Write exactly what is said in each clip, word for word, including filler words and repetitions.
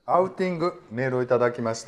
アウティングメールをいただきました。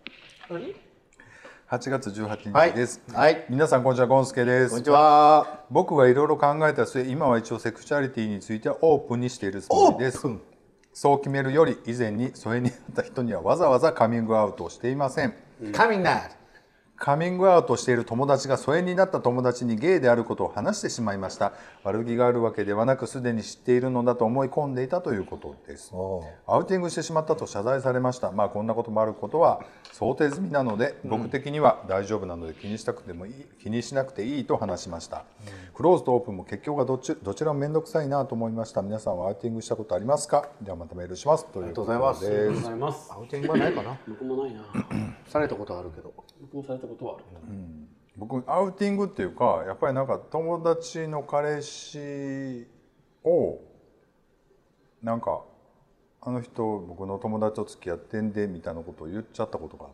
はちがつじゅうはちにちです。 はい、はい、 皆さんこんにちは、ゴンスケです。 こんにちは。 僕はいろいろ考えた末、今は一応セクシュアリティについてはオープンにしているつもりです。そう決めるより以前に疎遠になった人にはわざわざカミングアウトをしていません。 カミングアウト。 カミングアウトしている友達が疎遠になった友達にゲイであることを話してしまいました。悪気があるわけではなく、すでに知っているのだと思い込んでいたということです。アウティングしてしまったと謝罪されました。まあこんなこともあることは想定済みなので、うん、僕的には大丈夫なので気にしたくてもいい気にしなくていいと話しました。うん、クローズとオープンも結局はどっちどちらも面倒くさいなと思いました。皆さんはアウティングしたことありますか？ではまたメールします。 ということで。ありがとうございます。アウティングはないかな。 僕もないな。 されたことはあるけど。 僕もされたことはある。 うん、僕アウティングっていうか、やっぱりなんか友達の彼氏をなんかあの人僕の友達と付き合ってんでみたいなことを言っちゃったことがあって、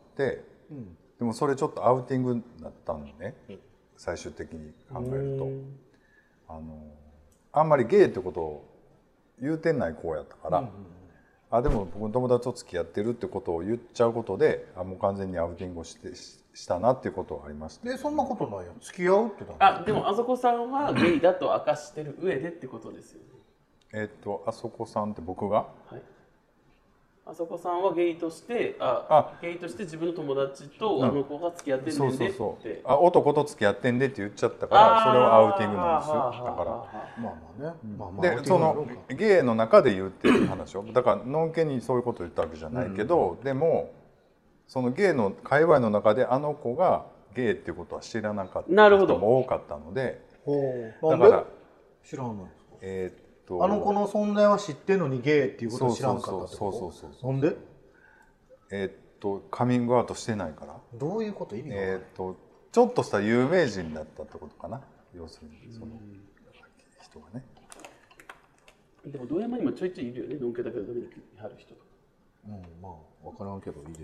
うん、でもそれちょっとアウティングになったのね、うん、最終的に考えるとあのあんまりゲイってことを言うてんない子やったから、うんうん、あでも僕の友達と付き合ってるってことを言っちゃうことで、あもう完全にアウティングをしてしたなっていうことはありました。 でそんなことないよ。付き合うってだ。 あでもあそこさんはゲイだと明かしてる上でってことですよね。 えっとあそこさんって僕が、 はい、あそこさんはゲイとしてああゲイとして自分の友達とあの子が付き合ってんねんでって、そうそうそうあ男と付き合ってんでって言っちゃったから、それはアウティングなんですよ。だからまあまあね、まあまあでそのゲイの中で言ってる話をだからのんけにそういうことを言ったわけじゃないけど、うん、でもそのゲイの界隈の中であの子がゲイっていうことは知らなかった人も多かったので、 だから知らないですか。 えーあの子の存在は知ってるのにゲイっていうことを知らなかったってこと。そうそうそう。なんで？ えー、っとカミングアウトしてないから。 どういうこと？意味がない。 えー、っとちょっとした有名人だったってことかな。要するにその人がね。 でも堂山にもちょいちょいいるよね。のんけだけどドミニクに貼る人とか。 うんまあわからんけどいいです。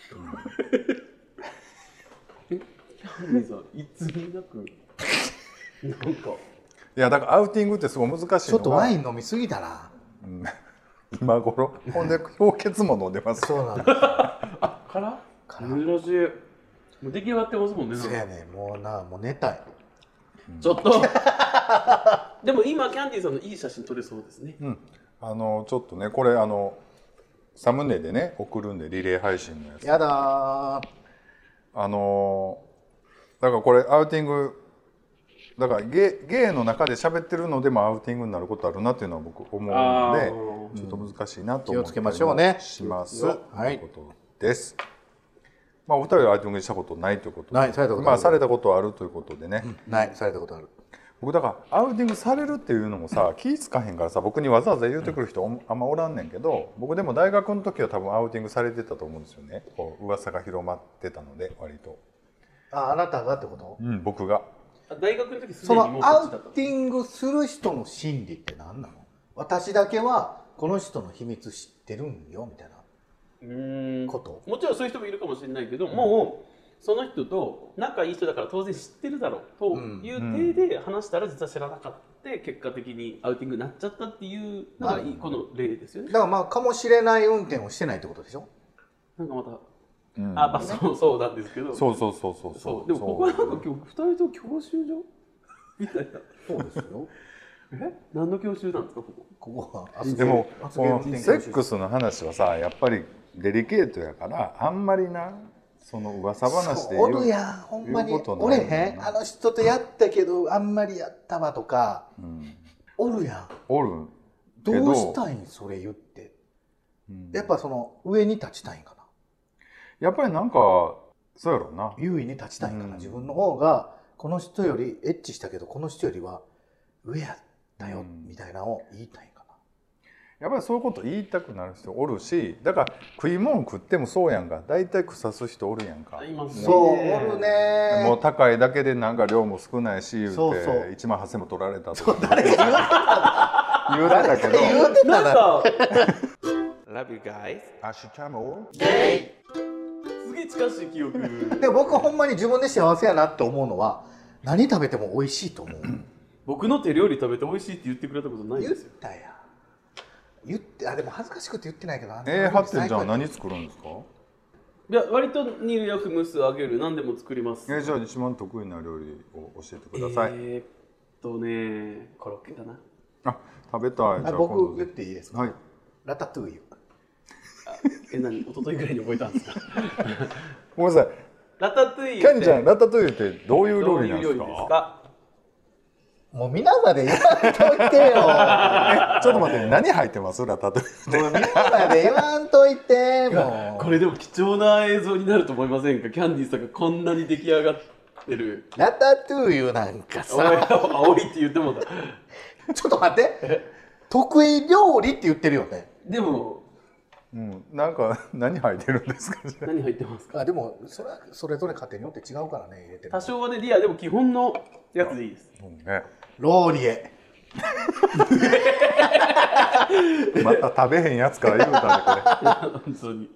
え、キャンディーさんいつになくなんか。 いやだからアウティングってすごい難しいのがちょっとワイン飲みすぎたな、 うん、今頃ほんで氷結も飲んでます。 そうなんですあから珍しい。もう出来上がってますもんね。 そうやねもうなもう寝たい、 うん、ちょっとでも今キャンディーさんのいい写真撮れそうですね、 うん、あのちょっとねこれあのサムネでね送るんでリレー配信のやつやだー。 あのだからこれアウティングだからゲイ、ゲイの中で喋ってるのでもアウティングになることあるなっていうのは僕思うので、ちょっと難しいなと思ってましょうねしますということです。まあお二人はアウティングしたことないということで、 ないされたことある、 まあされたことあるということでね、 うん、ないされたことある。 僕だからアウティングされるっていうのもさ気ぃつかへんからさ僕にわざわざ言うてくる人あんまおらんねんけど、僕でも大学の時は多分アウティングされてたと思うんですよね。こう噂が広まってたので割と。 ああなたがってこと？ うん、僕が。 大学の時そのアウティングする人の心理って何なの？私だけはこの人の秘密知ってるんよみたいなこと。 もちろんそういう人もいるかもしれないけど、うん、もうその人と仲いい人だから当然知ってるだろうという体で話したら実は知らなかった、結果的にアウティングになっちゃったっていうのがこの例ですよね。 だからまあかもしれない運転をしてないってことでしょ？ なんかまたうん、あ、まあそうそうなんですけど。 そうそうそうそうそう。でもここはなんか今日二人と教習所みたいな。 そうですよ。 え？何の教習なんですかここ？ ここは。 でもセックスの話はさやっぱりデリケートやからあんまりなその噂話で言う。 おるやんほんまにおれへん。あの人とやったけどあんまりやったわとか。うん、おるやん。 おる。 どうしたいんそれ言って。うん、やっぱその上に立ちたいんかな。 やっぱりなんかそうやろうな優位に立ちたいかな、うん、自分の方がこの人よりエッチしたけどこの人よりは上やったよ、うん、みたいなのを言いたいかな。 やっぱりそういうこと言いたくなる人おるし、だから食い物食ってもそうやんか、大体腐す人おるやんか。 そうおるね。 もう高いだけでなんか量も少ないし言うていちまんはっせんも取られたとか誰が言うてた言うてたけど言うてたな。 Love you guys。 アシュチャモすげえ近しい記憶。 でも僕ほんまに自分で幸せやなって思うのは何食べても美味しいと思う。 僕の手料理食べて美味しいって言ってくれたことないんですよ。 言ったや言ってあでも恥ずかしくて言ってないけどえー、ハッテンじゃあ何作るんですか？ いや割と煮る焼く蒸す揚げる何でも作ります。 えー、じゃあ一番得意な料理を教えてください。 えー、っとねコロッケだな。 あ食べたい。 じゃあ僕言っていいですか？ はい。 ラタトゥーユ。 え何一昨日ぐらいに覚えたんですか？ ごめんなさい。 ラタトゥイユキャンちゃんラタトゥイユってどういう料理なんですか？ どういう料理ですか？ もう皆まで言わんといてよ。 えちょっと待って何入ってますラタトゥイユ？ もう皆まで言わんといてもう。 これでも貴重な映像になると思いませんか？キャンディーさんがこんなに出来上がってる。 ラタトゥーユなんかおいさ。 青いって言ってもだ。 ちょっと待って。得意料理って言ってるよね。 でも、 うん、なんか何入ってるんですか？ 何入ってますか？ あでもそれはそれぞれ家庭によって違うからね入れてる。 多少はね、いやでも基本のやつでいいです。 うんね、 ローリエ。 また食べへんやつから言うたねこれ。 本当に。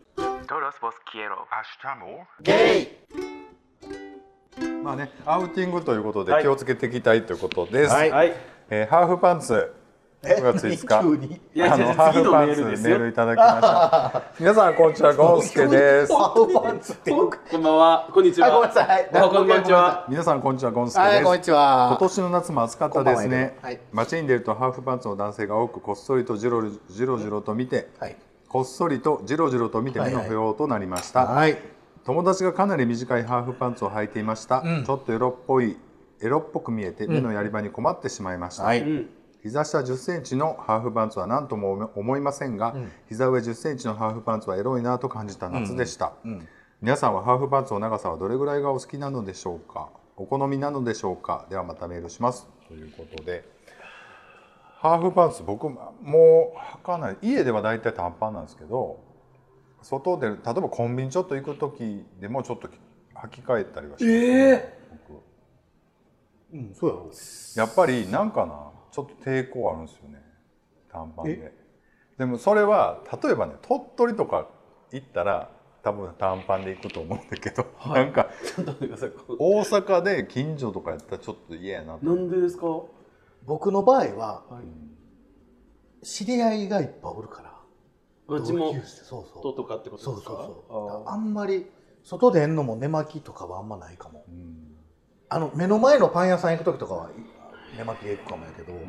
ゲイ。 まあねアウティングということで気をつけていきたいということです。 はいはい。 えー、ハーフパンツえくがついつか急にいやあの違う違うハーフパンツ次のメールですよメールいただきました皆さんこんにちはゴンスケですハーフパンツっていうか。 こんばんは。こんにちは。 あごめんなさい。 おはこんばんちは。 皆さんこんにちはゴンスケです、 はいこんにちは。 今年の夏も暑かったですね、 はい、 街に出るとハーフパンツの男性が多くこっそりとジロジロジロと見て、 はい、 こっそりとジロジロと見て目の不要となりました、 はい、 友達がかなり短いハーフパンツを履いていました、うん、ちょっとエロっぽいエロっぽく見えて目のやり場に困ってしまいました、うんはい、膝下じゅっセンチのハーフパンツは何とも思いませんが、うん、膝上じゅっセンチのハーフパンツはエロいなと感じた夏でした、うんうん、皆さんはハーフパンツの長さはどれぐらいがお好きなのでしょうか？お好みなのでしょうか？ではまたメールしますということで、ハーフパンツ僕もう履かない。家ではだいたい短パンなんですけど、外で例えばコンビニちょっと行く時でもちょっと履き替えたりはします、ね、 えー、うんそうやろ。 やっぱりなんかなちょっと抵抗あるんですよね短パンで。でもそれは例えばね鳥取とか行ったら多分短パンで行くと思うんだけど、はい、なんか大阪で近所とかやったらちょっと嫌やなと。 なんでですか？ 僕の場合は、はい、知り合いがいっぱいおるから。 地元そうそうとかってことですか？ そうそうそう。あんまり外でんのも寝巻きとかはあんまないかも。うん、あの目の前のパン屋さん行く時とかは寝巻きで行くかもやけど。うん、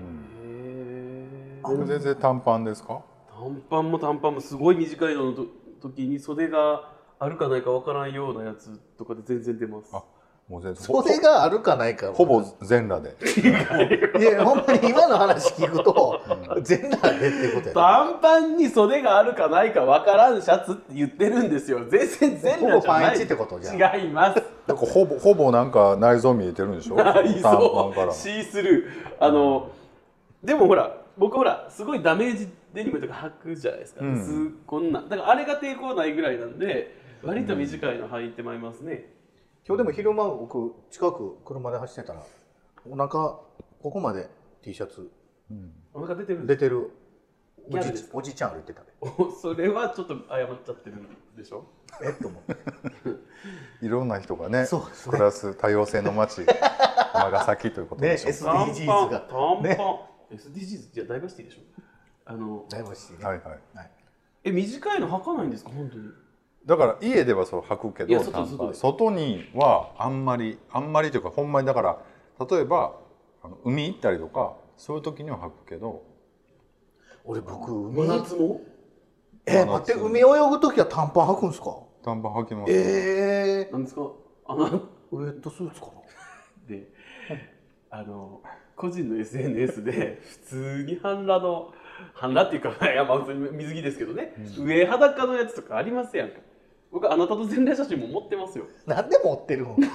全然短パンですか？ 短パンも短パンもすごい短いのの時に袖があるかないかわからんようなやつとかで全然出ます。あもう全然袖があるかないかほぼ全裸で。 いやほんまに今の話聞くと全裸でってことや。 短パンに袖があるかないかわからんシャツって言ってるんですよ。全然全裸じゃない。 ほぼパンイチってことじゃん。 違います。 なんかほぼほぼなんか内臓見えてるんでしょ？短パンから。シースルー。あの、うん、でもほら僕ほらすごいダメージデニムとか履くじゃないですか。うん、すこんなだからあれが抵抗ないぐらいなんで割と短いの履いてまいりますね。 今日でも昼間僕近く車で走ってたらお腹ここまで T シャツ、 うん、お腹出てる出てるおじ, おじちゃん歩いてたね。 それはちょっと謝っちゃってるんでしょ？ えっと思っていろんな人がねそうですね暮らす多様性の街尼崎ということでしょう、 ね、エスディージーズ が短パン、ね、エスディージーズ じゃダイバーシティでしょ？あのダイバーシティね、 はいはいはい、 え短いの履かないんですか本当に？ だから家ではそう履くけど短パン外にはあんまりあんまりというかほんまにだから例えばあの海行ったりとかそういう時には履くけど俺僕海真夏もえ待って海泳ぐ時は短パン履くんですか？ 短パン履きます。 ええー、なんですか？あのウエットスーツかなであの個人の エスエヌエス で普通に半裸の半裸っていうかいやまあ普通に水着ですけどね、うん、上裸のやつとかありますやんか。僕あなたと全裸写真も持ってますよ。 なんで持ってるの？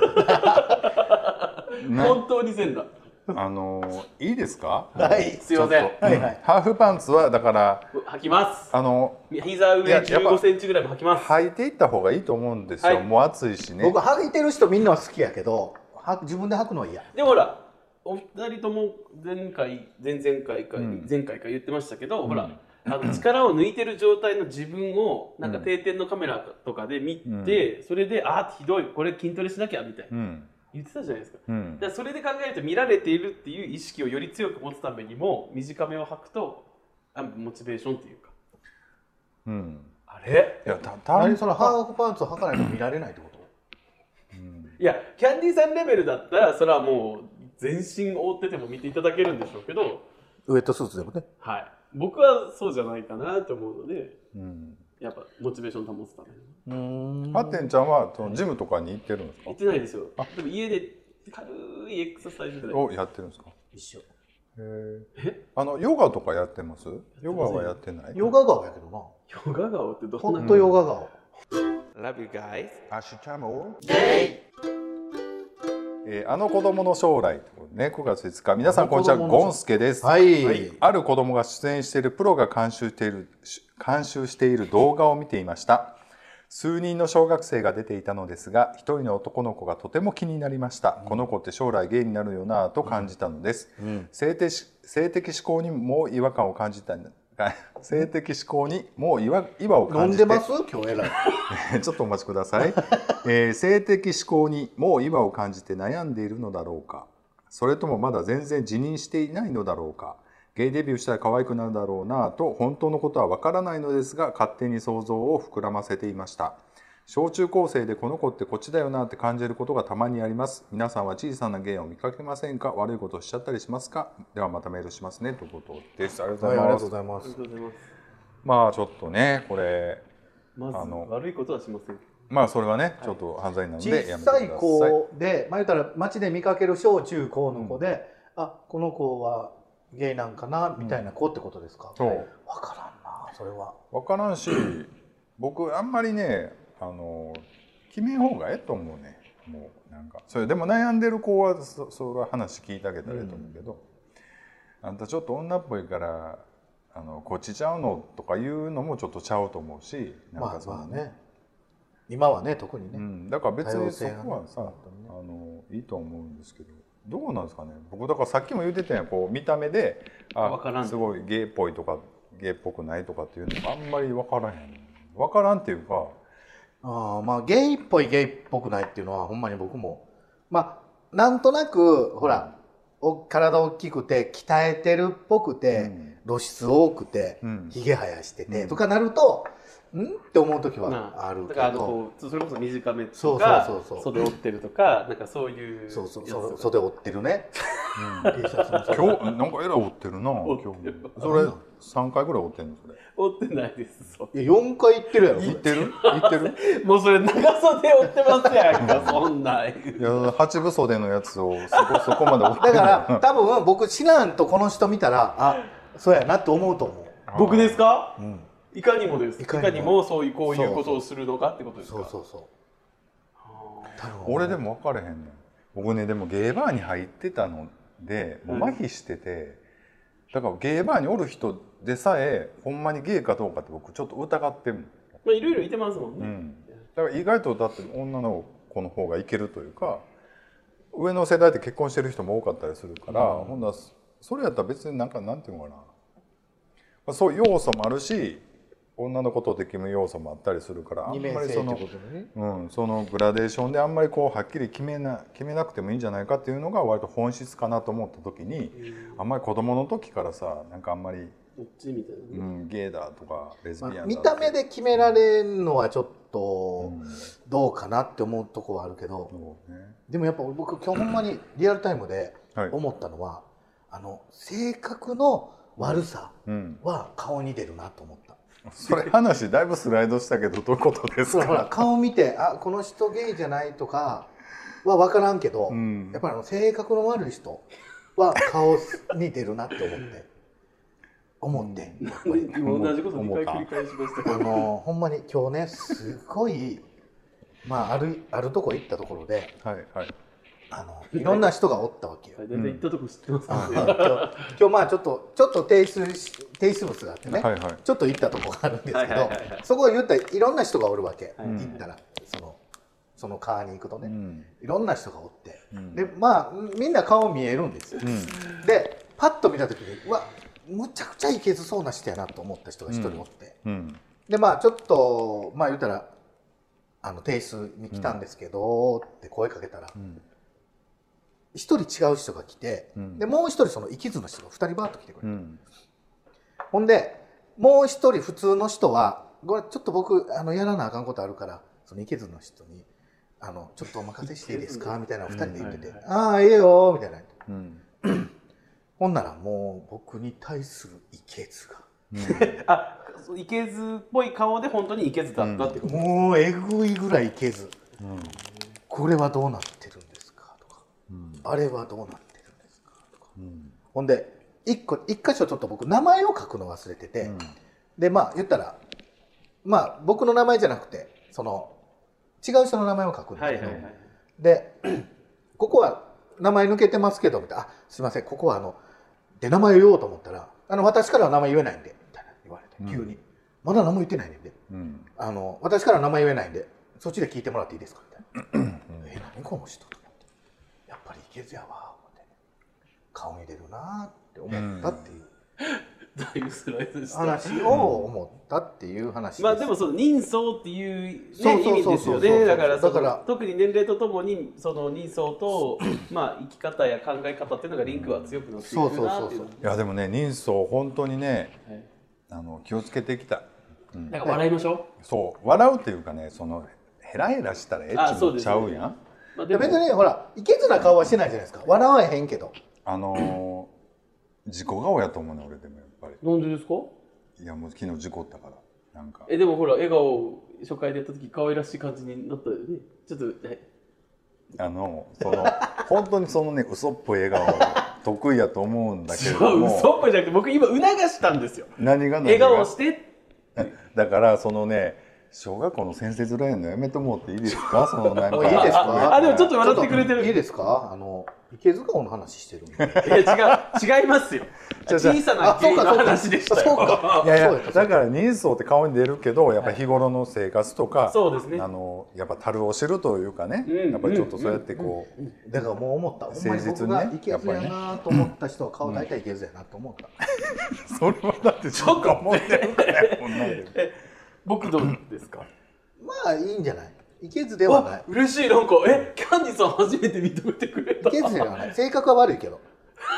本当に全裸。 あのいいですか？ はい。 すいません。 はいはい。 ハーフパンツはだから履きます。 あの膝上じゅうごセンチぐらいも履きます。 履いていった方がいいと思うんですよ。はい、もう暑いしね。 僕履いてる人みんなは好きやけど、は自分で履くのは嫌。 でもほらお二人とも前回前々回か、うん、前回か言ってましたけど、うん、ほら。あの力を抜いてる状態の自分をなんか定点のカメラとかで見て、うん、それであひどいこれ筋トレしなきゃみたいな、うん、言ってたじゃないですか、うん、だからそれで考えると見られているっていう意識をより強く持つためにも短めを履くとあモチベーションっていうか、 うん、 あれいやたた何そのハーフパンツを履かないと見られないってこと？ うん、いやキャンディーさんレベルだったらそれはもう全身覆ってても見ていただけるんでしょうけど、 ウエットスーツでもね。 はい、僕はそうじゃないかなと思うので、うん、やっぱモチベーション保つために。 うーん。 ハテンちゃんはそのジムとかに行ってるんですか？ 行ってないですよ。でも家で軽いエクササイズぐらいをやってるんですか？ 一緒。 えあのヨガとかやってます？ヨガはやってない？ ヨガ顔やけどな。 ヨガ顔ってどんな？ ホットヨガ顔。 Love you guys。 アシュチャム。えー、あの子供の将来ね、くがついつか、皆さんこんにちは、ゴンスケです。 はい、はい、 ある子供が出演しているプロが監修している監修している動画を見ていました。数人の小学生が出ていたのですが、一人の男の子がとても気になりました。うん、この子って将来ゲイになるよなぁと感じたのです。うん、性的、性的思考にも違和感を感じた性的思考にもう違和を感じて。 飲んでます今日えらいちょっとお待ちください、えー、性的思考にもう違和を感じて悩んでいるのだろうか、それともまだ全然自認していないのだろうか、ゲイデビューしたら可愛くなるだろうなと本当のことはわからないのですが、勝手に想像を膨らませていました。小中高生でこの子ってこっちだよなって感じることがたまにあります。皆さんは小さなゲイを見かけませんか？悪いことをしちゃったりしますか？ではまたメールしますねということです。ありがとうございます。 はい、ありがとうございます。 まあちょっとねこれまずあの悪いことはしません。 まあそれはねちょっと犯罪なのでやめてください。 小さい子で、まあ言ったら街で見かける小中高の子で、うん、あこの子はゲイなんかなみたいな子ってことですか？ そう。 分からんなそれは。 分からんし、僕あんまりねあの決めん方がええと思うね。もうなんかそれでも悩んでる子は そ, それは話聞いてあげたらいいと思うけど、うん、あんたちょっと女っぽいからあのこっちちゃうのとかいうのもちょっとちゃうと思うし、 なんかその、まあ、まあね今はね特にね、 うん、だから別にそこはさ、ね、あのいいと思うんですけど、どうなんですかね。僕だからさっきも言ってたやん、こう見た目であすごいゲイっぽいとかゲイっぽくないとかっていうのがあんまり分からへん分からんっていうか、 あまあゲイっぽいゲイっぽくないっていうのはほんまに僕もまあなんとなくほら、うん、体大きくて鍛えてるっぽくて、うん、露出多くて、うん、ひげ生やしてて、うん、とかなるとんって思う時はあるけど、だからあのこうそれこそ短めとか袖折ってるとかなんかそういうそうそうそう袖折ってるね、 うん、T シャツの袖今日なんかえらい折ってるな今日それさんかいぐらい折ってんのそれ折ってないです。 いやよんかい行ってるやろ。 行ってる行ってるもうそれ長袖折ってますやんかそんないや八分袖のやつをそこそこまで折ってるだから多分僕知らんとこの人見たらあそうやなって思うと思う。 僕ですか？ うん、 いかにもです。いかにも、いかにもそういうこういうことをするのかってことですか？ そうそうそう俺でも分かれへんねん。僕ねでもゲイバーに入ってたのでもう麻痺してて、だからゲイバーにおる人でさえほんまにゲイかどうかって僕ちょっと疑ってる。 まあいろいろいてますもんね、うん、 だから意外とだって女の子の方がいけるというか、上の世代で結婚してる人も多かったりするから、うん、ほんならそれやったら別になんかなんていうのかな、まあ、そういう要素もあるし女のことをできる要素もあったりするから、あんまりその、うん、そのグラデーションであんまりこうはっきり決めな決めなくてもいいんじゃないかっていうのが割と本質かなと思った時に、あんまり子供の時からさなんかあんまりどっちみたいな、 ね、うん、ゲイだとかレズビアンだ、まあ、 見た目で決められるのはちょっとどうかなって思うとこはあるけど、うんね、でもやっぱ僕今日ほんまにリアルタイムで思ったのは、はい、あの性格の悪さは顔に出るなと思った。 それ話だいぶスライドしたけどどういうことですか？ ほら顔見てあこの人ゲイじゃないとかは分からんけど、うん、やっぱりあの性格の悪い人は顔に出るなって思って思って、 うん、同じことにかい繰り返しましたけど、 あのほんまに今日ねすごいまああるあるとこ行ったところで、 はいはいあのいろんな人がおったわけよ。 大体行ったとこ知ってますね。 今日今日まあちょっとちょっと提出提出物があってね、はいはい、ちょっと行ったとこがあるんですけど、そこを言ったらいろんな人がおるわけ、はい、行ったらそのその川に行くとね、うん、いろんな人がおって、うん、でまあみんな顔見えるんですよ。うん、でパッと見た時にうわむちゃくちゃいけずそうな人やなと思った人が一人おって、うんうん、でまあちょっとまあ言ったらあの提出に来たんですけど、って声かけたら。うん一人違う人が来て、うん、でもう一人その一途な人が二人バーッと来てくれて、うん、 ほんでもう一人普通の人はこれちょっと僕あのやらなあかんことあるからそのいけずの人にあのちょっとお任せしていいですかみたいなふたりで言ってて、うん、ああいいよみたいな、うん、ほんならもう僕に対するいけずが、 うん、あいけずっぽい顔で本当にいけずだったってこと、 うん、もうえぐいぐらいいけず、うん、これはどうなってるんですかとか、うん、あれはどうなってるんですかとか、うん、ほんで一個一箇所ちょっと僕名前を書くの忘れてて、うん、でまあ言ったらまあ僕の名前じゃなくてその違う人の名前を書くんですけど、はいはいはい、でここは名前抜けてますけどみたいな、あすいませんここはあので名前を言おうと思ったらあの私からは名前言えないんでみたいな言われて、急に、うん、まだ名前言ってないねんで、うん、あの私からは名前言えないんでそっちで聞いてもらっていいですかみたいな、うん、え何この人と思ってやっぱりいけずやわ思って顔に出るなって思ったっていう、うんだいぶスライドした話を思ったっていう話です。 まあでもその人相っていう、ね、意味ですよね。だからその特に年齢とともにその人相とまあ生き方や考え方っていうのがリンクは強くなっていくなっていう。いやでもね人相本当にね、はい、あの気をつけていきたい。 うん、なんか笑いましょう。 そう笑うっていうかねそのヘラヘラしたらエッチにちゃうやん。あまあ、でも別にほらいけずな顔はしてないじゃないですか。笑わへんけど。 あのー、自己顔やと思うね俺でも。 なんでですか？ いやもう昨日事故ったからなんかえでもほら笑顔初回でやった時可愛らしい感じになったよね。ちょっと、はい、 あのその本当にそのね嘘っぽい笑顔得意やと思うんだけれども嘘っぽいじゃなくて僕今促したんですよ。 何が何が笑顔してだからそのね小学校の先生ずらいのやめてもっていいですかそのなんかいいですかあでもちょっと笑ってくれてるいいですかあのいけず顔の話してるんでいや違う違いますよ小さな芸の話でしたよいやいやだから人相って顔に出るけどやっぱり日頃の生活とか、 そうですね、 あのやっぱ樽を知るというかね、うん、やっぱりちょっとそうやってこう、うんうん、だからもう思った誠実にねいけずやなと思った人は顔大体いけずやなと思った、 うん、それはだってちょっと思ってるからやこんなんで僕どうですか？ まあいいんじゃないいけずではない。 嬉しいなんかえキャンディさん初めて認めてくれた。 いけずではない性格は悪いけど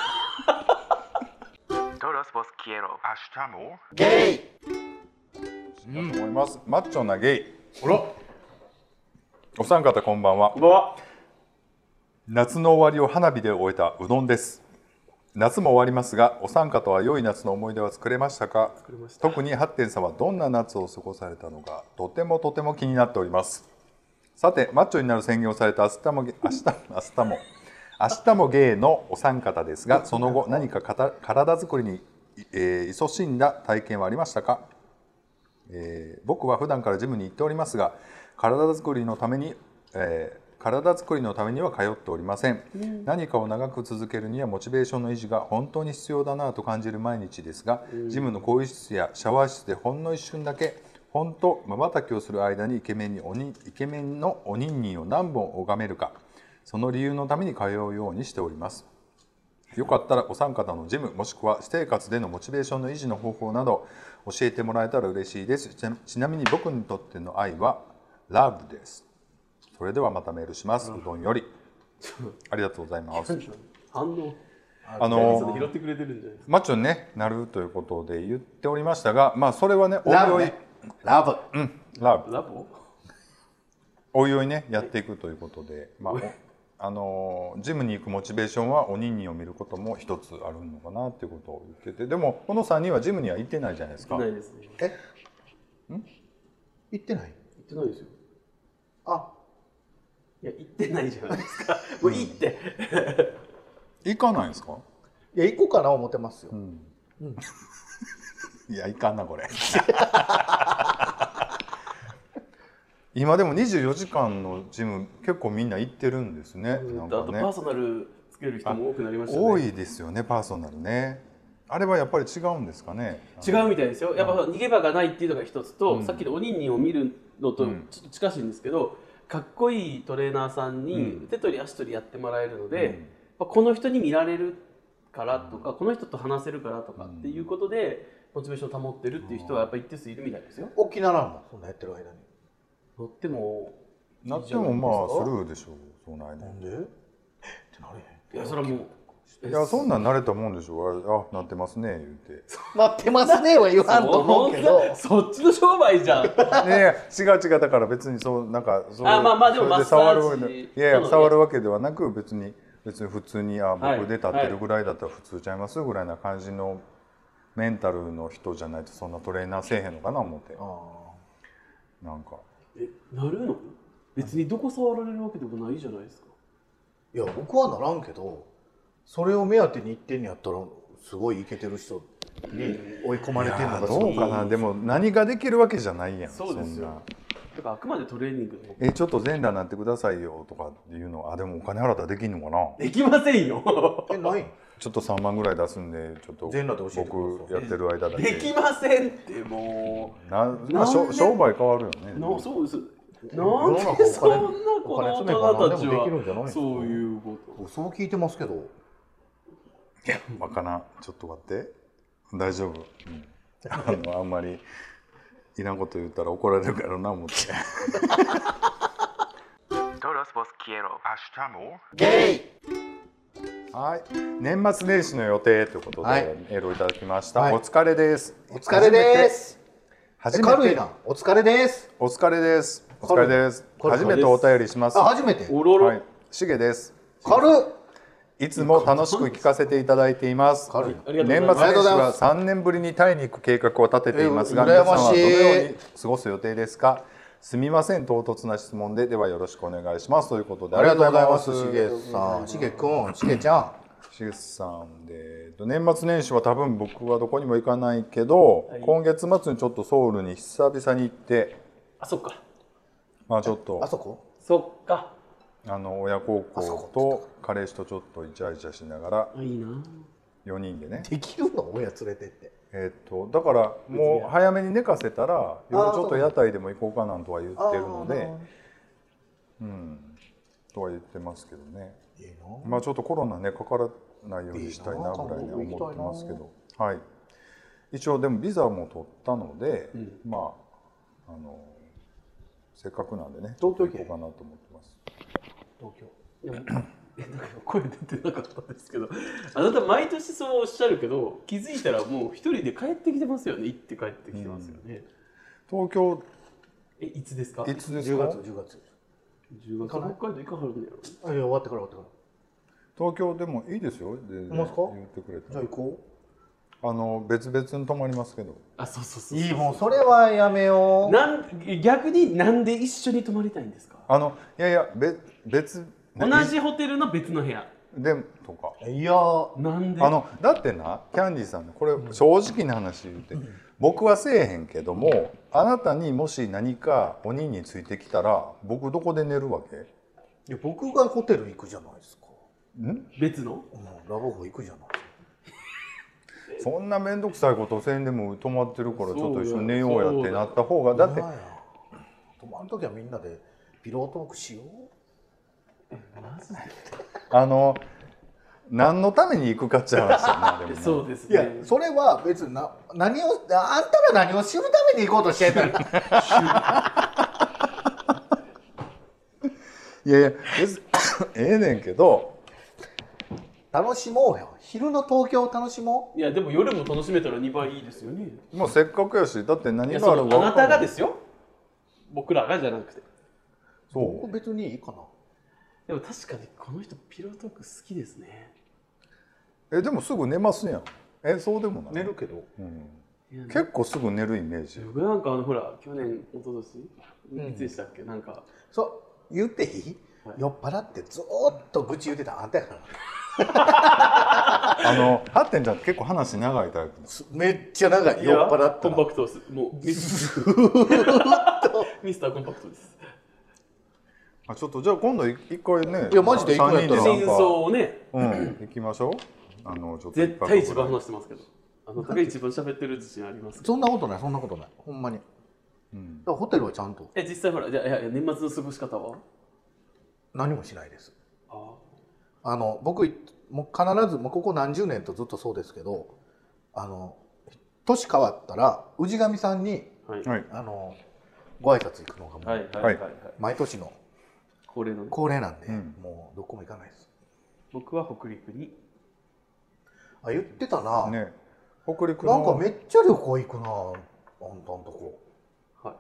Todos vos quiero. 明日もゲイ。うん、思います。マッチョなゲイ。 ほら。 お三方こんばんは。 こんばんは。 夏の終わりを花火で終えたうどんです。夏も終わりますが、お三方は良い夏の思い出は作れましたか？作れました。特にハッテンさんはどんな夏を過ごされたのか、とてもとても気になっております。さて、マッチョになる宣言をされた明日も明日明日も。明日もゲイのお三方ですが、その後何か体づくりに、えー、勤しんだ体験はありましたか？えー、僕は普段からジムに行っておりますが、体づくりのために、えー、体づくりのためには通っておりません、うん、何かを長く続けるにはモチベーションの維持が本当に必要だなと感じる毎日ですが、うん、ジムの更衣室やシャワー室でほんの一瞬だけほんと瞬きをする間にイケメンにおにイケメンのおにんにんを何本拝めるか、その理由のために通うようにしております。よかったらお三方のジムもしくは私生活でのモチベーションの維持の方法など教えてもらえたら嬉しいです。ちなみに僕にとっての愛はラブです。それではまたメールします。うどんより。ありがとうございます。 反応あの拾ってくれてるんじゃないですか。 マッチョに、ね、なるということで言っておりましたが、まあそれはねおいおいラブ、 うん、ラブラブおいおいねやっていくということで、まああのジムに行くモチベーションはおにんにんを見ることも一つあるのかなっていうことを言ってて、でもこのさんにんはジムには行ってないじゃないですか。 行ってないですね。 え？ん？行ってない？ 行ってないですよ。 あ、 いや行ってないじゃないですか。もういいって。 行かないんですか？ いや行こうかな思ってますよ。 うんうん、いや行かんなこれ。今でもにじゅうよじかんのジム結構みんな行ってるんですね。 なんかね、あとパーソナルつける人も多くなりましたね。 多いですよねパーソナルね。あれはやっぱり違うんですかね。 違うみたいですよ。やっぱ逃げ場がないっていうのが一つと、うん、さっきのおにんにんを見るのとちょっと近しいんですけど、うん、かっこいいトレーナーさんに手取り足取りやってもらえるので、うん、この人に見られるからとか、この人と話せるからとかっていうことでモチベーションを保ってるっていう人はやっぱり一定数いるみたいですよ。 沖縄なんだそんなやってる間に。 乗ってもなってもまあスルーでしょう。そうないなんで？ってなれへん。 いやそれはもういやそんなん慣れたもんでしょ。あ、なってますね言うて。 なってますねは言わんと思うけど。 そっちの商売じゃん。いやいや違う違う、だから別にそうなんかそうあまあまあでもマッサージいやいや触るわけではなく、別に別に普通にあ僕で立ってるぐらいだったら普通ちゃいますぐらいな感じのメンタルの人じゃないとそんなトレーナーせえへんのかな思って。あなんかえなるの？別にどこ触られるわけでもないじゃないですか。 いや僕はならんけど、それを目当てに行ってんやったらすごいイケてる人に追い込まれてるのがどうかな。でも何ができるわけじゃないやん。 そうですよ。だからあくまでトレーニングの。 えちょっと全裸になってくださいよとかっていうの、あでもお金払ったらできんのかな。 できませんよ。 えない？ ちょっとさんまんぐらい出すんでちょっと全裸で教えてください。 僕やってる間だけできませんってもうな、まあ、商売変わるよね。 なそうです。なんでそんなこの大人たちはそういうこと。 そう聞いてますけど。 いやわからん。ちょっと待って。大丈夫。うん、あのあんまりいらんこと言ったら怒られるからな思って。 ゲイ。 はい。年末年始の予定ということで、はい、メールをいただきました。はい、お疲れです。 お疲れです。 初めて。 軽いな。お疲れです。 お疲れです。お疲れです。初めてお便りします。 あ、初めて。 おろろ。 はい。しげです。 軽っ。 いつも楽しく聞かせていただいています。年末年始はさんねんぶりにタイに行く計画を立てていますが、皆さんはどのように過ごす予定ですか。すみません、唐突な質問で、ではよろしくお願いしますということで、 ありがとうございます。しげさん、しげくん、しげちゃん。 しげさんで、年末年始は多分僕はどこにも行かないけど、はい、今月末にちょっとソウルに久々に行って、 あ、そっか。 まあちょっと、 あそこ？ そっか。 あの親孝行と彼氏とちょっとイチャイチャしながら、 いいな。 よにんでね。 できるの？親連れてって。 えっとだからもう早めに寝かせたら夜ちょっと屋台でも行こうかなんとは言ってるので、うんとは言ってますけどね。 いいな。 まあちょっとコロナねかからないようにしたいなぐらいに思ってますけど、はい。一応でもビザも取ったので、うん、まああのせっかくなんでね東京行こうかなと思ってます。 東京。 いやなんか声出てなかったんですけど、あなた毎年そうおっしゃるけど気づいたらもう一人で帰ってきてますよね。行って帰ってきてますよね。 うん、東京えいつですか？ いつですか？ じゅうがつじゅうがつじゅうがつ北海道行かはるんだよ。 あいや終わってから終わってから。 東京でもいいですよ。で言ってくれた。 じゃあ行こう。あの別々に泊まりますけど。 あそうそうそう。 いいもうそれはやめよう。 なん逆になんで一緒に泊まりたいんですか？ あのいやいや別別同じホテルの別の部屋でとか。 いやなんで？ あのだってなキャンディーさんこれ正直な話言って、うん、僕はせえへんけどもあなたにもし何か鬼についてきたら僕どこで寝るわけ？ いや僕がホテル行くじゃないですか。 ん？別の？ うん、ラブホ行くじゃない。 そんな面倒くさいことせんでも泊まってるからちょっと一緒に寝ようやってなった方がだって泊まるときはみんなでピロートークしよう。 あの何のために行くかっちゃいましたね。 そうですね。 いやそれは別にな何をあんたら何を知るために行こうとしてんの？ いやいやええねんけど楽しもうよ。昼の東京を楽しもう。いやでも夜も楽しめたらにばいいいですよね。 もうせっかくやしだって何があるかあなたがですよ。僕らがじゃなくて。 そう。僕別にいいかな。 でも確かにこの人ピロートーク好きですね。 えでもすぐ寝ますやん。えそうでもない？ 寝るけど、 うん、結構すぐ寝るイメージ。 僕なんかあのほら去年一昨年いつでしたっけ、うん、なんかそう言っていい、はい、酔っ払ってずっと愚痴言ってたあんたやからあのハッテンちゃんって結構話長いタイプ。 めっちゃ長い。酔っ払ったコンパクトです。もうミスミスターコンパクトです。 あちょっとじゃあ今度一回ね。 いやマジで行くんやったら真相をね、 うん、行きましょう。あのちょっと絶対一番話してますけど、あなたが一番喋ってる自信あります。 そんなことないそんなことないほんまに。うん、だからホテルはちゃんと。 え実際ほらじゃあいや年末の過ごし方は？ 何もしないです。 ああの僕もう必ずもうここ何十年とずっとそうですけど、あの年変わったら氏神さんに、はい、あのご挨拶行くのがもう、はいはいはいはい、毎年の恒例の、ね、 恒例なんで、うん、もうどこも行かないです。 僕は北陸にあ、言ってたな。 ね、北陸のなんかめっちゃ旅行行くな、あんたんとこ。 はい。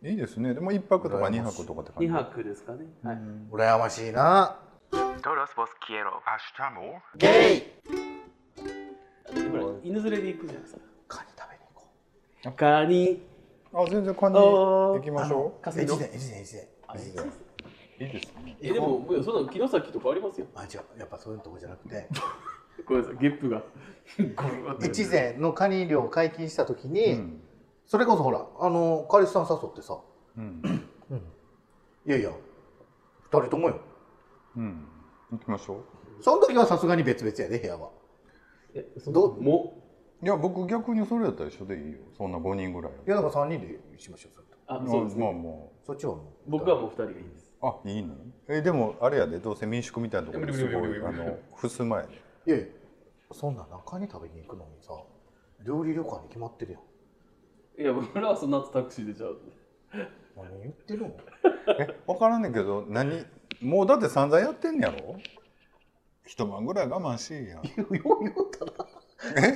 いいですね。でも一泊とか二泊とかって感じ。 二泊ですかね。はい。 羨ましいな。 Todos vos quiero. Hasta ゲイ。 ほら犬連れで行くじゃないですか。 カニ食べに行こう。 カニ。 あ、全然カニ行きましょう。 越前、越前、越前、越前。 いいですね。 え、でもそんな城崎とかありますよ。 あ、違う、やっぱそういうとこじゃなくて。 ごめんなさい、ゲップが。 越前のカニ漁解禁した時に、それこそほら、あの彼氏さん誘ってさ。うん。いやいや、二人ともよ。 うん。行きましょう。 その時はさすがに別々やで、部屋は。 え、どうも。 いや、僕逆にそれやったら一緒でいいよ。そんなごにんぐらい。 いや、だからさんにんでしましょう。 あ、そうですね。 まあもう。そっちはもう。 僕はもうふたりがいいです。 あ、いいの？え、でもあれやで、どうせ民宿みたいなところですごいあの襖やで。 いやいや、そんな中に食べに行くのにさ、料理旅館に決まってるやん。 いや、僕らはその後タクシーでちゃう。 何言ってるの？ え、分からんねんけど、何もうだって散々やってんねやろ？一晩ぐらい我慢しいやん。 よう言うたな。 え？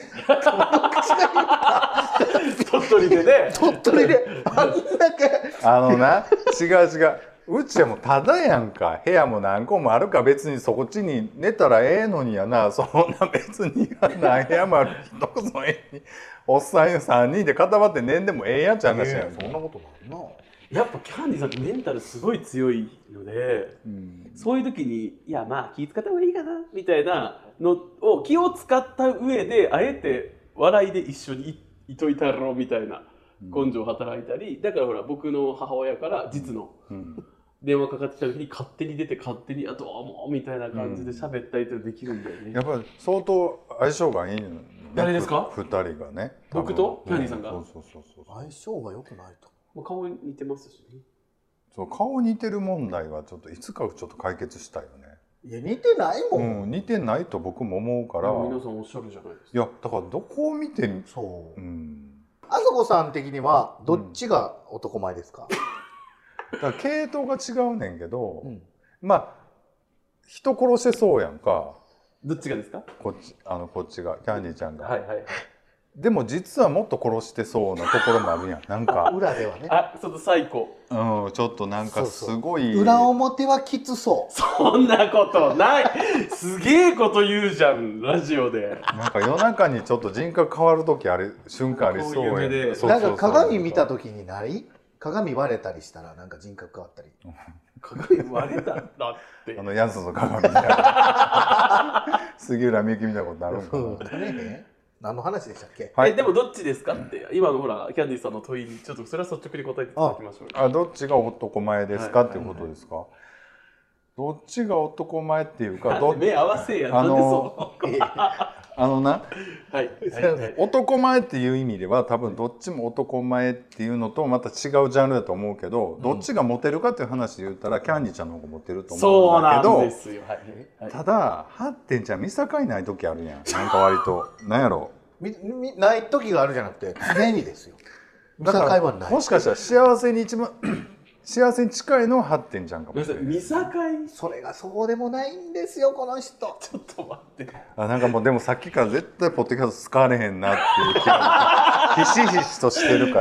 鳥取でね。 鳥取であんだけ。 あのな、違う違う。うちはもうただやんか。部屋も何個もあるか、別にそこっちに寝たらええのにやな。そんな別に何部屋もある人こそええに。おっさんさんにんで固まって寝んでもええやんちゃう話やん。 そんなことないな。 やっぱキャンディーさんってメンタルすごい強いので、うん、そういう時にいやまあ気使った方がいいかなみたいなのを気を使った上であえて笑いで一緒にいといたろうみたいな根性働いたり、だからほら僕の母親から実の電話かかってきた時に勝手に出て勝手に「あどうも」みたいな感じで喋ったりとできるんだよね。 やっぱり相当相性がいいのね。 誰ですか？ ふたりがね。 僕とキャンディーさんが。 そうそうそうそう。 相性が良くないと。 顔似てますしね。 そう顔似てる問題はちょっといつかちょっと解決したいよね。 いや似てないもん、 うん、似てないと僕も思うから。 皆さんおっしゃるじゃないですか。 いやだからどこを見てそう、 うん、 あそこさん的にはどっちが男前ですか？ うん、だから系統が違うねんけど、うん、まあ人殺してそうやんか。 どっちがですか？ こっちあのこっちがキャンディーちゃんが。 はいはい。 でも実はもっと殺してそうなところもあるやん。なんか裏ではね。 あ、ちょっと最高。 うん、ちょっとなんかすごい。 そうそう裏表はきつそう。 そんなことない。すげえこと言うじゃんラジオで。 なんか夜中にちょっと人格変わる時ある瞬間ありそうやん。 なんか鏡見た時にない鏡割れたりしたらなんか人格変わったり。 鏡割れたんだって。 あのヤンスの鏡みたいな。杉浦みゆきみたいなことあるんかな。 ね何の話でしたっけ？ はい、えでもどっちですかって今のほらキャンディーさんの問いにちょっとそれは率直に答えていただきましょう。 あ、どっちが男前ですか、はい、っていうことですか？はいはいはい、どっちが男前っていうか、ど目合わせや。あのあのな、 はい、 男前っていう意味では多分どっちも男前っていうのとまた違うジャンルだと思うけど、うん、どっちがモテるかっていう話で言ったらキャンディーちゃんの方がモテると思うんだけど、 そうなんですよ、はいはい、 ただハッテンちゃん見境ない時あるやん。なんか割となんやろみみない時があるじゃなくて常にですよ。見境はない。 もしかしたら幸せに一番幸せに近いのはハッテンちゃんかもしれない。 見境それがそうでもないんですよこの人。ちょっと待って。 あなんかもうでもさっきから絶対ポッドキャスト使われへんなっていう気がひしひしとしてるから。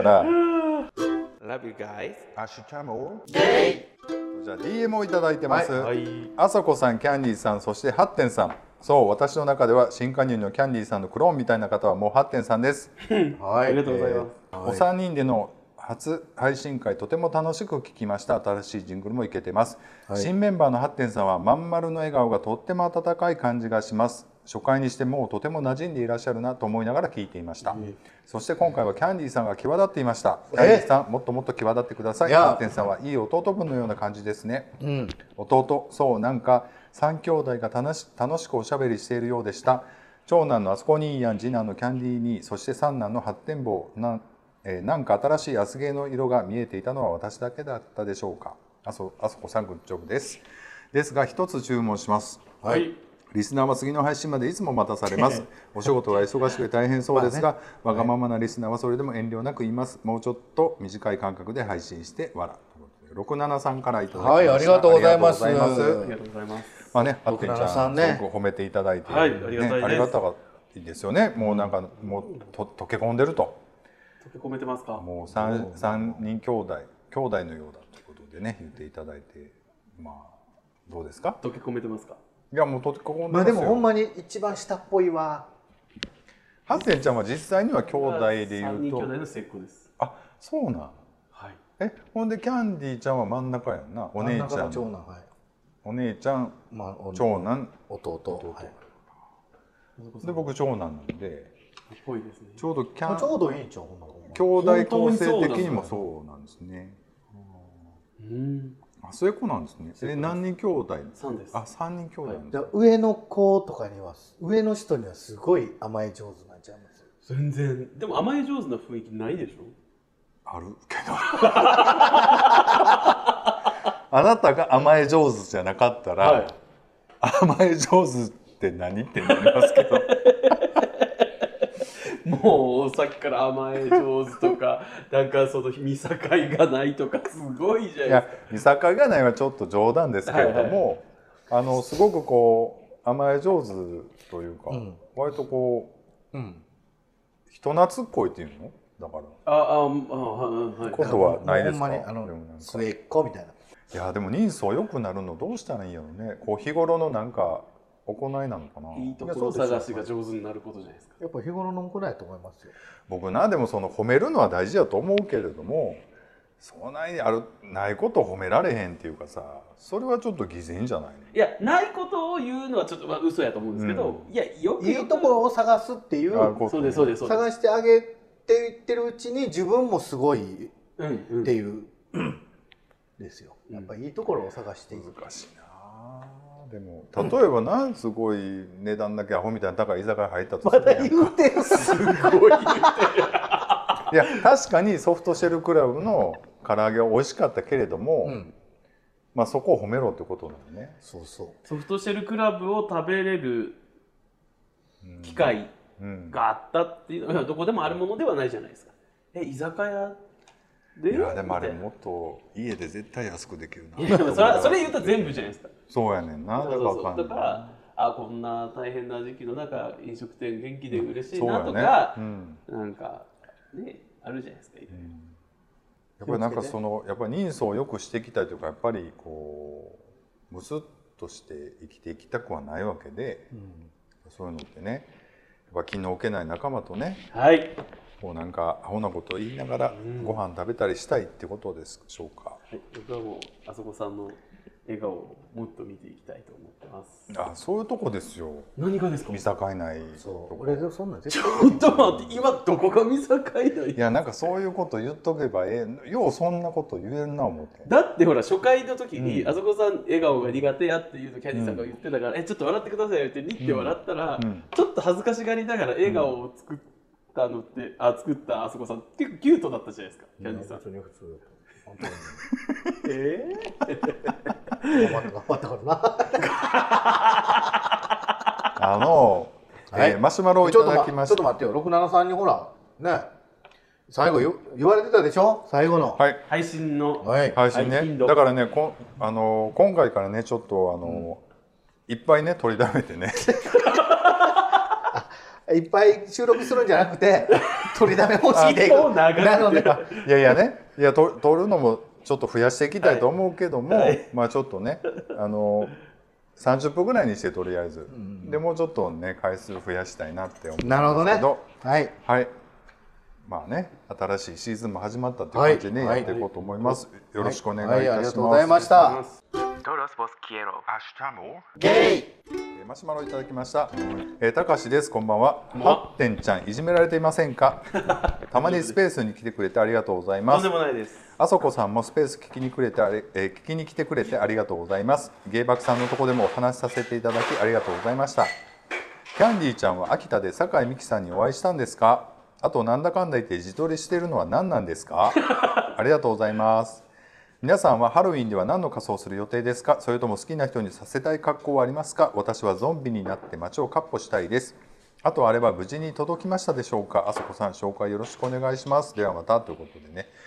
Love you guys。 アシュチャモー。じゃあ ディーエム をいただいてます。はい、あさこさん、キャンディーさん、そしてハッテンさん。そう私の中では新加入のキャンディーさんのクローンみたいな方はもうハッテンさんです。 はい、ありがとうございます。 えー、お三人での初配信会とても楽しく聞きました。新しいジングルもいけてます。はい、新メンバーのハッテンさんはまん丸の笑顔がとっても温かい感じがします。初回にしてもうとても馴染んでいらっしゃるなと思いながら聞いていました。えー、そして今回はキャンディーさんが際立っていました。キャンディーさんもっともっと際立ってください。ハッテンさんはいい弟分のような感じですね。うん、弟そうなんか三兄弟が楽し、楽しくおしゃべりしているようでした。長男のあそこにいいやん、次男のキャンディーに、そして三男の発展坊な、えー、なんか新しいアスゲーの色が見えていたのは私だけだったでしょうか。あそ、あそこさんグッジョブです。ですが一つ注文します。はい。リスナーは次の配信までいつも待たされます。お仕事は忙しくて大変そうですが、まあね、わがままなリスナーはそれでも遠慮なく言います。もうちょっと短い間隔で配信して笑。ろくななさんからいただきました。 はい、ありがとうございます。 ありがとうございます。 まあね、ハッテンちゃん、ね、すごく褒めていただいて、 はい、ありがたいです。 ありがたかですよね。もうなんかもうと溶け込んでると。 溶け込めてますか。 もう三三人兄弟兄弟のようだということでね言っていただいて、まあどうですか。 溶け込めてますか。 いやもう溶け込んでますよ。 まあでもほんまに一番下っぽいわ。 ハッセンちゃんは実際には兄弟でいうと。 三人兄弟の末っ子です。 あ、そうなん。 はい。 え、ほんでキャンディーちゃんは真ん中やんな。お姉ちゃん。 長男、はい。 お姉ちゃん、まあ、長男、 弟。弟。はい、 で僕長男なんで。 っぽいですね。 ちょうどキャン。 ちょうどいいんちゃう。 兄弟構成的にもそうなんですね。 うん。 あ、そういう子なんですね。え、何人兄弟？ 三です。 あ、三人兄弟なんです。 上の子とかには上の人にはすごい甘え上手なんちゃいます？ 全然。でも甘え上手な雰囲気ないでしょ。 あるけど。あなたが甘え上手じゃなかったら、はい、甘え上手って何ってなりますけど。 もうさっきから甘え上手とかなんかその見境がないとかすごいじゃないですか。いや見境がないはちょっと冗談ですけれども、はいはい、あのすごくこう甘え上手というか、うん、割とこう、うん、人懐っこいっていうのだからあああ、はい、 ことはないですか。 あの末っ子みたいな。 いやでも人相良くなるのどうしたらいいんやろね。こう日頃のなんか行いなのかな。 いいところ探しが上手になることじゃないですか。 やっぱ日頃の行いだと思いますよ。 僕なでもその褒めるのは大事だと思うけれども、そんなにあるないことを褒められへんっていうかさ、それはちょっと偽善じゃないの。 いやないことを言うのはちょっとまあ嘘やと思うんですけど、うん、いやよくいいところを探すっていう、 そうですそうです探してあげていってるうちに自分もすごいっていう、うんうん、ですよ。やっぱりいいところを探していく。 難しいな。でも例えばな、すごい値段だけアホみたいな高い居酒屋入ったとするやんか。 まだ言うてる。 すごい言うてる。 いや確かにソフトシェルクラブの唐揚げは美味しかったけれども、うん、まあそこを褒めろってことなのね。 そうそう。 ソフトシェルクラブを食べれる機会があったっていうのはどこでもあるものではないじゃないですか。え居酒屋でいやでもあれもっと家で絶対安くできるな。 いやでもそれそれ言ったら全部じゃないですか。 そうやねんな。 だからだからあこんな大変な時期の中飲食店元気で嬉しいなとか、ねうん、なんかねあるじゃないですか。うん、 やっぱりなんかそのやっぱり人相を良くしていきたいというかやっぱりこうムスッとして生きていきたくはないわけで、うん、そういうのってねやっぱ気の置けない仲間とね。 はい。 こうなんかアホなことを言いながらご飯食べたりしたいってことでしょうか。 はい、僕はもうあそこさんの笑顔をもっと見ていきたいと思ってます。 あ、そういうとこですよ。 何がですか。 見境ない。 そう。俺でそんな絶対。ちょっと待って今どこが見境ない。 いやなんかそういうこと言っとけばええ。ようそんなこと言えるな思って。 だってほら初回の時に、うん、あそこさん笑顔が苦手やっていうのキャディさんが言ってたから、うん、えちょっと笑ってくださいよってニッて笑ったら、うん、ちょっと恥ずかしがりながら笑顔を作って。あのってあ作ったあそこさん結構キュートだったじゃないですかキャンディーさん。 普通に普通だった。本当に。 ええー。頑張った頑張ったからな。あの、はいえー、マシュマロをいただきました。 ちょっと待ってよ。ろくななさんにほらね最後言言われてたでしょ最後の、 はい、 配信の、 はい、配信ね。だからねこあの今回からねちょっとあの、うん、いっぱいね取りだめてね。 いっぱい収録するんじゃなくて取りだめ欲しいでいくなのでいやいやねいやと取るのもちょっと増やしていきたいと思うけども、はい、まあちょっとねあのさんじゅっぷんぐらいにしてとりあえず、うん、でもうちょっとね回数増やしたいなって思うんですけど。 なるほどね。はい、 はい、まあね新しいシーズンも始まったっていう感じでね、はい、やっていこうと思います、はい、よろしくお願いいたします、はいはい、ありがとうございました。 Todos vos quiero. Hasta ゲイマシュマロいただきました。えー、たかしです。こんばんは。はってんちゃんいじめられていませんか。たまにスペースに来てくれてありがとうございます。 とんでもないです。 あそこさんもスペース聞きにくれてあれ、えー、聞きに来てくれてありがとうございます。ゲイバクさんのとこでもお話しさせていただきありがとうございました。キャンディーちゃんは秋田で酒井美紀さんにお会いしたんですか。あとなんだかんだ言って自撮りしているのは何なんですか。ありがとうございます。皆さんはハロウィンでは何の仮装をする予定ですか。それとも好きな人にさせたい格好はありますか。私はゾンビになって街をかっ歩したいです。あとあれば無事に届きましたでしょうか。あそこさん紹介よろしくお願いします。ではまたということでね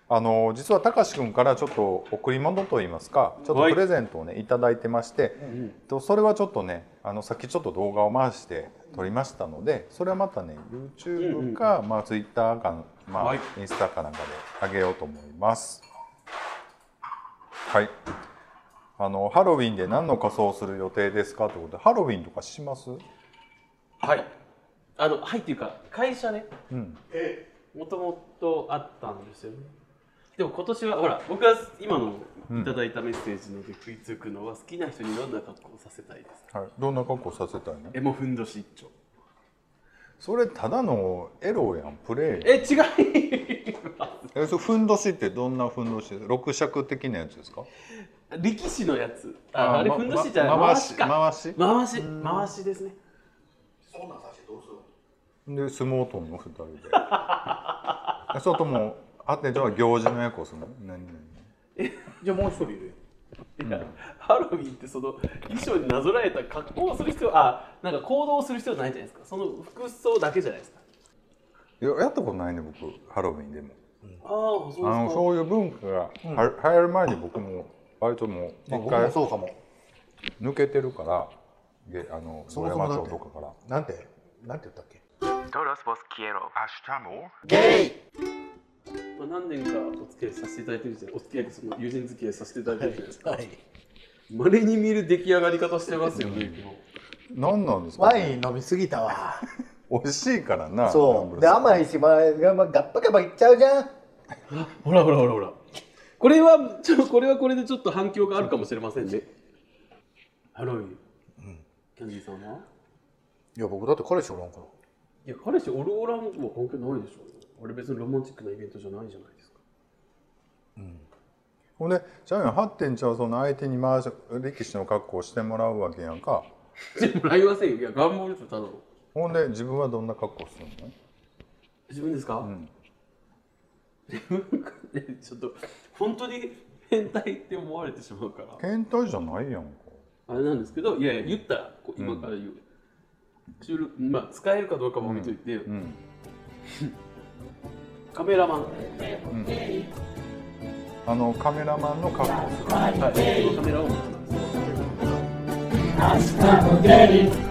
あの実はたかしくんからちょっと贈り物といいますかちょっとプレゼントをねいただいてまして、はい、それはちょっとねあのさっきちょっと動画を回して撮りましたのでそれはまたね YouTube か、うんまあ、Twitter か、まあはい、インスタかなんかであげようと思います。はい。あのハロウィンで何の仮装をする予定ですかということでハロウィンとかします？ はい。あのはいっていうか会社ね。うん。もともとあったんですよね。でも今年はほら僕は今のいただいたメッセージので食いつくのは好きな人にどんな格好をさせたいです。 はい。どんな格好させたいの？ えもうふんどし一丁。 それただのエロやんプレイ。 え違います。 えそふんどしってどんなふんどし？六尺的なやつですか？ 力士のやつ。ああれふんどしじゃない。回しか。 回し回し回しですね。 そんなんさしてどうする？で相撲取るのふたりで。それともあってじゃあ行事の役をするの？何々。 えじゃあもう一人いるよ。いや、ハロウィンってその衣装になぞらえた格好をする必要あなんか行動をする必要ないじゃないですか。その服装だけじゃないですか。 いややったことないね僕ハロウィンでも。 うん、ああそうですか。 あのそういう文化が、うん、流行る前に僕も割ともう一回そうかも抜けてるからあの小山町とかからなんてなんて言ったっけ？ Todos vos quiero. Hasta more. ゲイ。 まあ何年かお付き合いさせていただいてるじゃないお付き合いその友人付き合いさせていただいてるじゃないですか。はい。稀に見る出来上がり方してますよね。 何なんですか？ ワイン飲みすぎたわ。 美味しいからな。 そうで甘いし、まあ、ガッパガバいっちゃうじゃん。 ほらほらほらほら。これはちょこれはこれでちょっと反響があるかもしれませんね。ハロウィン。うん。キャンディーさんは？ いや僕だって彼氏おらんから。 いや彼氏おるおらんは関係ないでしょ。俺別にロマンチックなイベントじゃないじゃないですか。 うん。ほんでじゃあはってんちゃうその相手に回し力士の格好をしてもらうわけやんか。 してもらいませんよ。いや願望ですよただの。 ほんで自分はどんな格好するの？ 自分ですか？ うん。 自分がねちょっと本当に変態って思われてしまうから。 変態じゃないやんか。 あれなんですけどいやいや言ったらこう今から言う。うん、まあ使えるかどうかも置いといて。うんうんカメラマン、うん、 あのカメラマンの格好をする。 はい、カメラを持ってます。